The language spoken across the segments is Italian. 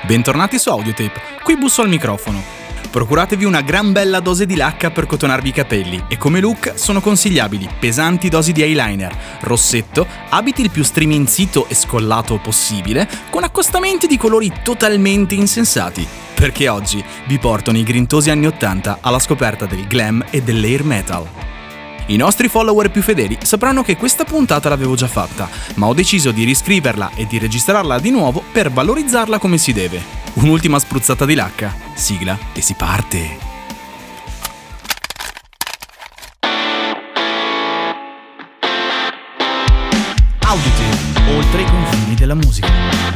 Bentornati su Audiotape, qui Busso al microfono. Procuratevi una gran bella dose di lacca per cotonarvi i capelli e come look sono consigliabili pesanti dosi di eyeliner, rossetto, abiti il più striminzito e scollato possibile, con accostamenti di colori totalmente insensati, perché oggi vi porto nei grintosi anni 80 alla scoperta del glam e dell'air metal. I nostri follower più fedeli sapranno che questa puntata l'avevo già fatta, ma ho deciso di riscriverla e di registrarla di nuovo per valorizzarla come si deve. Un'ultima spruzzata di lacca, sigla e si parte! Audiotape, oltre i confini della musica.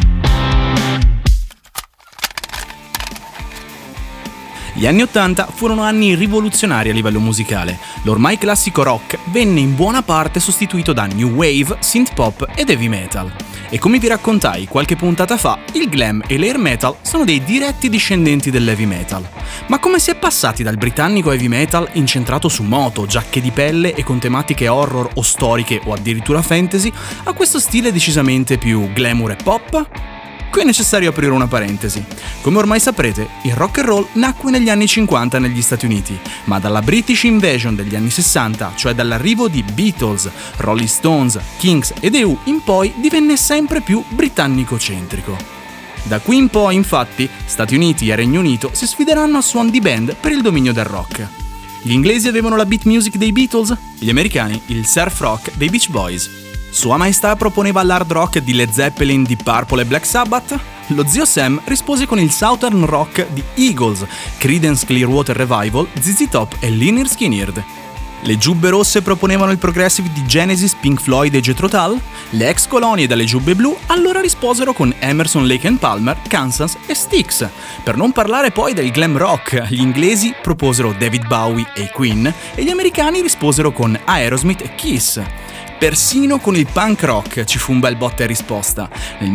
Gli anni 80 furono anni rivoluzionari a livello musicale. L'ormai classico rock venne in buona parte sostituito da new wave, synth pop ed heavy metal. E come vi raccontai qualche puntata fa, il glam e l'air metal sono dei diretti discendenti dell'heavy metal. Ma come si è passati dal britannico heavy metal incentrato su moto, giacche di pelle e con tematiche horror o storiche o addirittura fantasy a questo stile decisamente più glamour e pop? Qui è necessario aprire una parentesi. Come ormai saprete, il rock and roll nacque negli anni 50 negli Stati Uniti, ma dalla British Invasion degli anni 60, cioè dall'arrivo di Beatles, Rolling Stones, Kings e The Who in poi divenne sempre più britannico-centrico. Da qui in poi, infatti, Stati Uniti e Regno Unito si sfideranno a suon di band per il dominio del rock. Gli inglesi avevano la beat music dei Beatles, gli americani il surf rock dei Beach Boys. Sua Maestà proponeva l'hard rock di Led Zeppelin, Deep Purple e Black Sabbath. Lo zio Sam rispose con il southern rock di Eagles, Creedence Clearwater Revival, ZZ Top e Lynyrd Skynyrd. Le giubbe rosse proponevano il progressive di Genesis, Pink Floyd e Jethro Tull. Le ex colonie dalle giubbe blu allora risposero con Emerson, Lake and Palmer, Kansas e Styx. Per non parlare poi del glam rock, gli inglesi proposero David Bowie e Queen e gli americani risposero con Aerosmith e Kiss. Persino con il punk rock ci fu un bel botta e risposta. Nel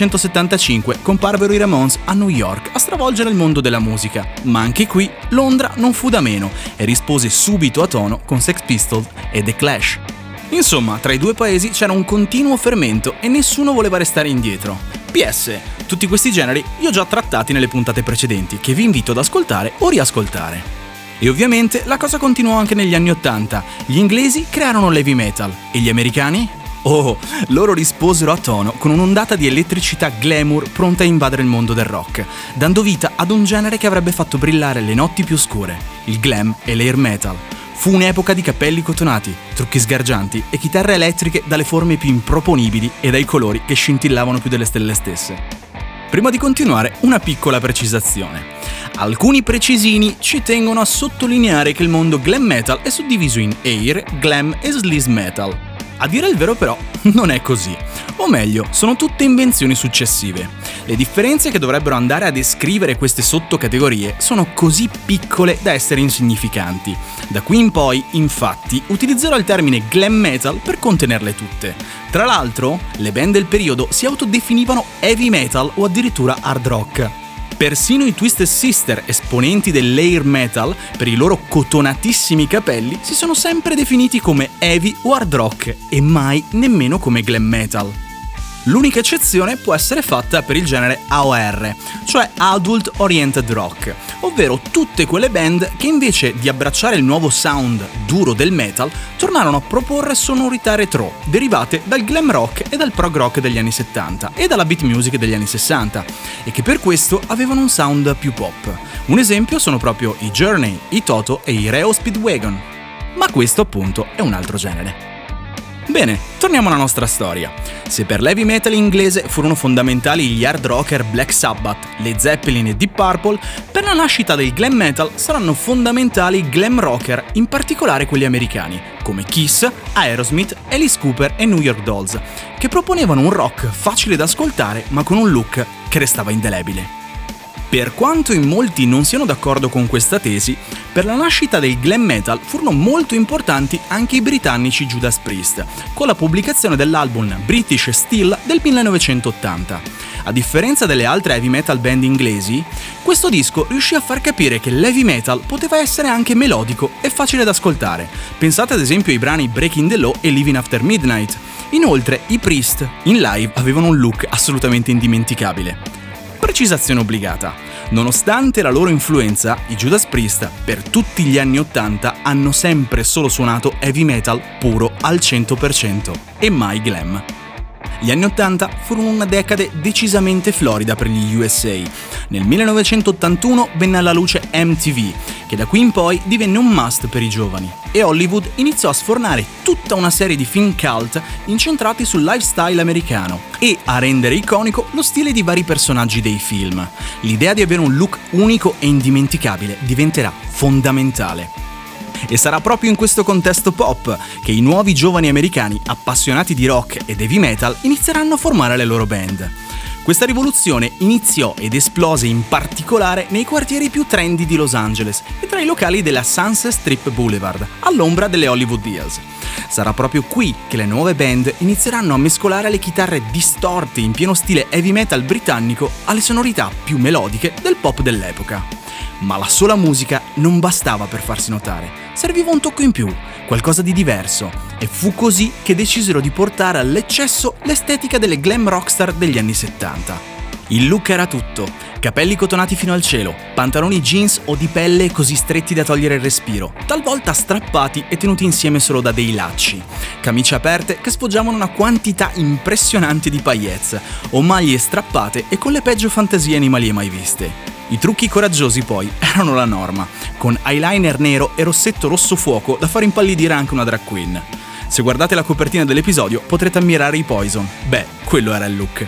1975 comparvero i Ramones a New York a stravolgere il mondo della musica, ma anche qui Londra non fu da meno e rispose subito a tono con Sex Pistols e The Clash. Insomma, tra i due paesi c'era un continuo fermento e nessuno voleva restare indietro. PS, tutti questi generi li ho già trattati nelle puntate precedenti, che vi invito ad ascoltare o riascoltare. E ovviamente la cosa continuò anche negli anni 80. Gli inglesi crearono l'heavy metal e gli americani? Oh, loro risposero a tono con un'ondata di elettricità glamour pronta a invadere il mondo del rock, dando vita ad un genere che avrebbe fatto brillare le notti più scure, il glam e l'air metal. Fu un'epoca di capelli cotonati, trucchi sgargianti e chitarre elettriche dalle forme più improponibili e dai colori che scintillavano più delle stelle stesse. Prima di continuare, una piccola precisazione. Alcuni precisini ci tengono a sottolineare che il mondo glam metal è suddiviso in air, glam e sleaze metal. A dire il vero però, non è così. O meglio, sono tutte invenzioni successive. Le differenze che dovrebbero andare a descrivere queste sottocategorie sono così piccole da essere insignificanti. Da qui in poi, infatti, utilizzerò il termine glam metal per contenerle tutte. Tra l'altro, le band del periodo si autodefinivano heavy metal o addirittura hard rock. Persino i Twisted Sister, esponenti dell'air metal, per i loro cotonatissimi capelli, si sono sempre definiti come heavy o hard rock e mai nemmeno come glam metal. L'unica eccezione può essere fatta per il genere AOR, cioè Adult Oriented Rock, ovvero tutte quelle band che invece di abbracciare il nuovo sound duro del metal, tornarono a proporre sonorità retro, derivate dal glam rock e dal prog rock degli anni 70 e dalla beat music degli anni 60, e che per questo avevano un sound più pop. Un esempio sono proprio i Journey, i Toto e i Reo Speedwagon. Ma questo appunto è un altro genere. Bene, torniamo alla nostra storia. Se per l'heavy metal inglese furono fondamentali gli hard rocker Black Sabbath, Led Zeppelin e Deep Purple, per la nascita del glam metal saranno fondamentali i glam rocker, in particolare quelli americani, come Kiss, Aerosmith, Alice Cooper e New York Dolls, che proponevano un rock facile da ascoltare ma con un look che restava indelebile. Per quanto in molti non siano d'accordo con questa tesi, per la nascita del glam metal furono molto importanti anche i britannici Judas Priest, con la pubblicazione dell'album British Steel del 1980. A differenza delle altre heavy metal band inglesi, questo disco riuscì a far capire che l'heavy metal poteva essere anche melodico e facile da ascoltare. Pensate ad esempio ai brani Breaking the Law e Living After Midnight. Inoltre, i Priest in live avevano un look assolutamente indimenticabile. precisazione obbligata. Nonostante la loro influenza, i Judas Priest per tutti gli anni 80 hanno sempre solo suonato heavy metal puro al 100% e mai glam. Gli anni 80 furono una decade decisamente florida per gli USA. Nel 1981 venne alla luce MTV, che da qui in poi divenne un must per i giovani, e Hollywood iniziò a sfornare tutta una serie di film cult incentrati sul lifestyle americano e a rendere iconico lo stile di vari personaggi dei film. L'idea di avere un look unico e indimenticabile diventerà fondamentale. E sarà proprio in questo contesto pop che i nuovi giovani americani appassionati di rock ed heavy metal inizieranno a formare le loro band. Questa rivoluzione iniziò ed esplose in particolare nei quartieri più trendy di Los Angeles e tra i locali della Sunset Strip Boulevard, all'ombra delle Hollywood Hills. Sarà proprio qui che le nuove band inizieranno a mescolare le chitarre distorte in pieno stile heavy metal britannico alle sonorità più melodiche del pop dell'epoca. Ma la sola musica non bastava per farsi notare, serviva un tocco in più, qualcosa di diverso, e fu così che decisero di portare all'eccesso l'estetica delle glam rockstar degli anni 70. Il look era tutto: capelli cotonati fino al cielo, pantaloni jeans o di pelle così stretti da togliere il respiro, talvolta strappati e tenuti insieme solo da dei lacci, camicie aperte che sfoggiavano una quantità impressionante di paillettes, o maglie strappate e con le peggio fantasie animalie mai viste. I trucchi coraggiosi poi erano la norma, con eyeliner nero e rossetto rosso fuoco da far impallidire anche una drag queen. Se guardate la copertina dell'episodio potrete ammirare i Poison. Beh, quello era il look.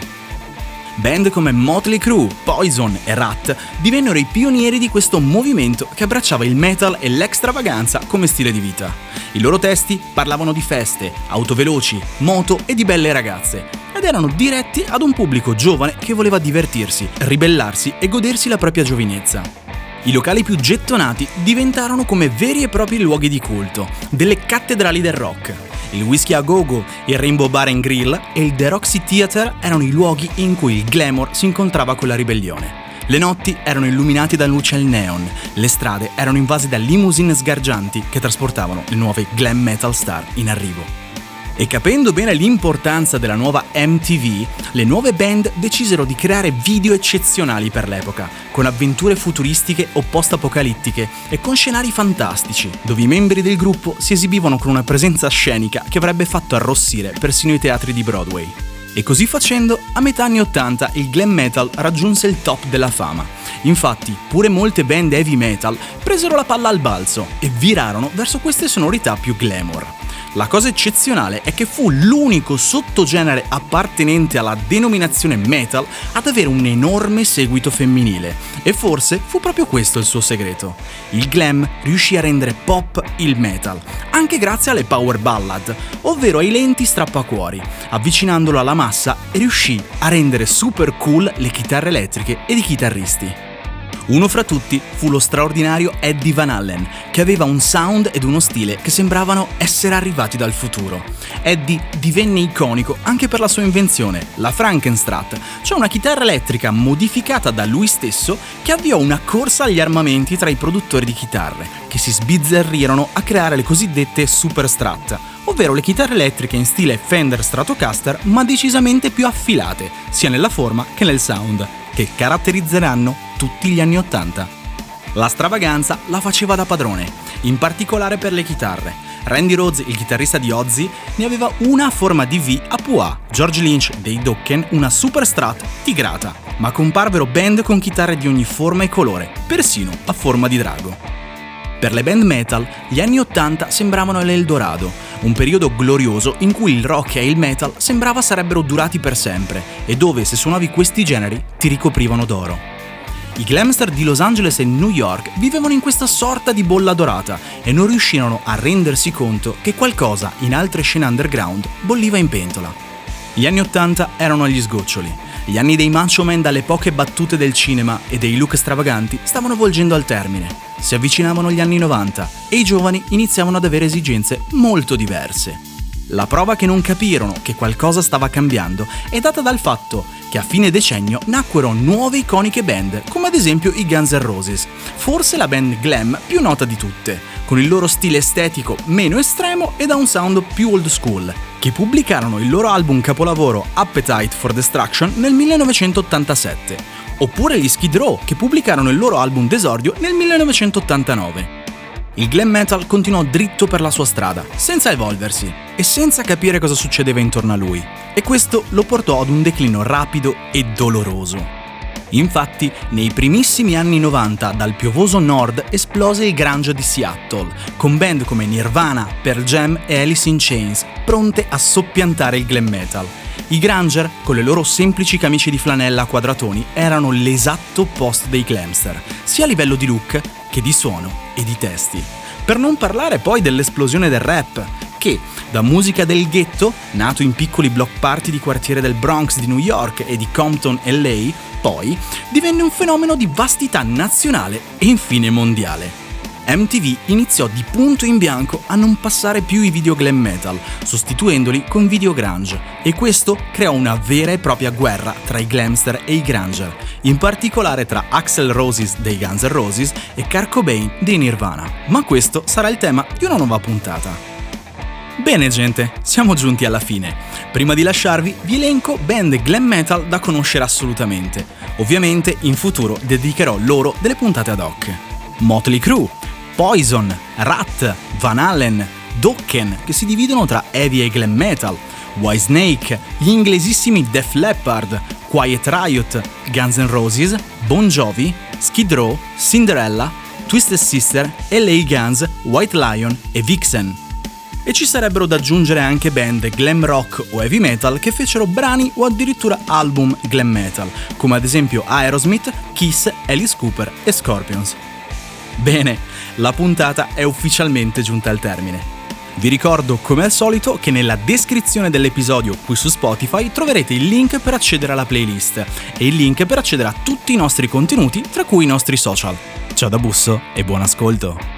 Band come Motley Crue, Poison e Ratt divennero i pionieri di questo movimento che abbracciava il metal e l'extravaganza come stile di vita. I loro testi parlavano di feste, auto veloci, moto e di belle ragazze, ed erano diretti ad un pubblico giovane che voleva divertirsi, ribellarsi e godersi la propria giovinezza. I locali più gettonati diventarono come veri e propri luoghi di culto, delle cattedrali del rock. Il Whisky a Go-Go, il Rainbow Bar and Grill e il The Roxy Theatre erano i luoghi in cui il glamour si incontrava con la ribellione. Le notti erano illuminate da luci al neon, le strade erano invase da limousine sgargianti che trasportavano le nuove glam metal star in arrivo. E capendo bene l'importanza della nuova MTV, le nuove band decisero di creare video eccezionali per l'epoca, con avventure futuristiche o post-apocalittiche e con scenari fantastici, dove i membri del gruppo si esibivano con una presenza scenica che avrebbe fatto arrossire persino i teatri di Broadway. E così facendo, a metà anni 80 il glam metal raggiunse il top della fama. Infatti, pure molte band heavy metal presero la palla al balzo e virarono verso queste sonorità più glamour. La cosa eccezionale è che fu l'unico sottogenere appartenente alla denominazione metal ad avere un enorme seguito femminile, e forse fu proprio questo il suo segreto. Il glam riuscì a rendere pop il metal, anche grazie alle power ballad, ovvero ai lenti strappacuori, avvicinandolo alla massa, e riuscì a rendere super cool le chitarre elettriche ed i chitarristi. Uno fra tutti fu lo straordinario Eddie Van Halen, che aveva un sound ed uno stile che sembravano essere arrivati dal futuro. Eddie divenne iconico anche per la sua invenzione, la Frankenstrat, cioè una chitarra elettrica modificata da lui stesso che avviò una corsa agli armamenti tra i produttori di chitarre, che si sbizzarrirono a creare le cosiddette Super Strat, ovvero le chitarre elettriche in stile Fender Stratocaster ma decisamente più affilate, sia nella forma che nel sound, che caratterizzeranno tutti gli anni 80. La stravaganza la faceva da padrone, in particolare per le chitarre. Randy Rhoads, il chitarrista di Ozzy, ne aveva una a forma di V a Pua, George Lynch dei Dokken una Super Strat tigrata, ma comparvero band con chitarre di ogni forma e colore, persino a forma di drago. Per le band metal, gli anni 80 sembravano l'Eldorado, un periodo glorioso in cui il rock e il metal sembrava sarebbero durati per sempre e dove se suonavi questi generi ti ricoprivano d'oro. I glamster di Los Angeles e New York vivevano in questa sorta di bolla dorata e non riuscirono a rendersi conto che qualcosa in altre scene underground bolliva in pentola. Gli anni 80 erano agli sgoccioli. Gli anni dei macho man dalle poche battute del cinema e dei look stravaganti stavano volgendo al termine. Si avvicinavano gli anni 90 e i giovani iniziavano ad avere esigenze molto diverse. La prova che non capirono che qualcosa stava cambiando è data dal fatto che a fine decennio nacquero nuove iconiche band, come ad esempio i Guns N' Roses, forse la band glam più nota di tutte, con il loro stile estetico meno estremo e da un sound più old school, che pubblicarono il loro album capolavoro Appetite for Destruction nel 1987, Oppure gli Skid Row, che pubblicarono il loro album d'esordio nel 1989. Il glam metal continuò dritto per la sua strada, senza evolversi e senza capire cosa succedeva intorno a lui, e questo lo portò ad un declino rapido e doloroso. Infatti, nei primissimi anni 90, dal piovoso nord esplose il grunge di Seattle, con band come Nirvana, Pearl Jam e Alice in Chains, pronte a soppiantare il glam metal. I granger, con le loro semplici camicie di flanella a quadratoni, erano l'esatto opposto dei glamster, sia a livello di look che di suono e di testi. Per non parlare poi dell'esplosione del rap, che, da musica del ghetto, nato in piccoli block party di quartiere del Bronx di New York e di Compton, LA, poi divenne un fenomeno di vastità nazionale e infine mondiale. MTV iniziò di punto in bianco a non passare più i video glam metal, sostituendoli con video grunge, e questo creò una vera e propria guerra tra i glamster e i granger, in particolare tra Axl Rose dei Guns N' Roses e Kurt Cobain dei Nirvana. Ma questo sarà il tema di una nuova puntata. Bene gente, siamo giunti alla fine. Prima di lasciarvi vi elenco band glam metal da conoscere assolutamente. Ovviamente in futuro dedicherò loro delle puntate ad hoc. Motley Crue, Poison, Ratt, Van Halen, Dokken, che si dividono tra heavy e glam metal, Whitesnake, gli inglesissimi Def Leppard, Quiet Riot, Guns N' Roses, Bon Jovi, Skid Row, Cinderella, Twisted Sister, LA Guns, White Lion e Vixen. E ci sarebbero da aggiungere anche band glam rock o heavy metal che fecero brani o addirittura album glam metal, come ad esempio Aerosmith, Kiss, Alice Cooper e Scorpions. Bene, la puntata è ufficialmente giunta al termine. Vi ricordo, come al solito, che nella descrizione dell'episodio qui su Spotify troverete il link per accedere alla playlist e il link per accedere a tutti i nostri contenuti, tra cui i nostri social. Ciao da Busso e buon ascolto!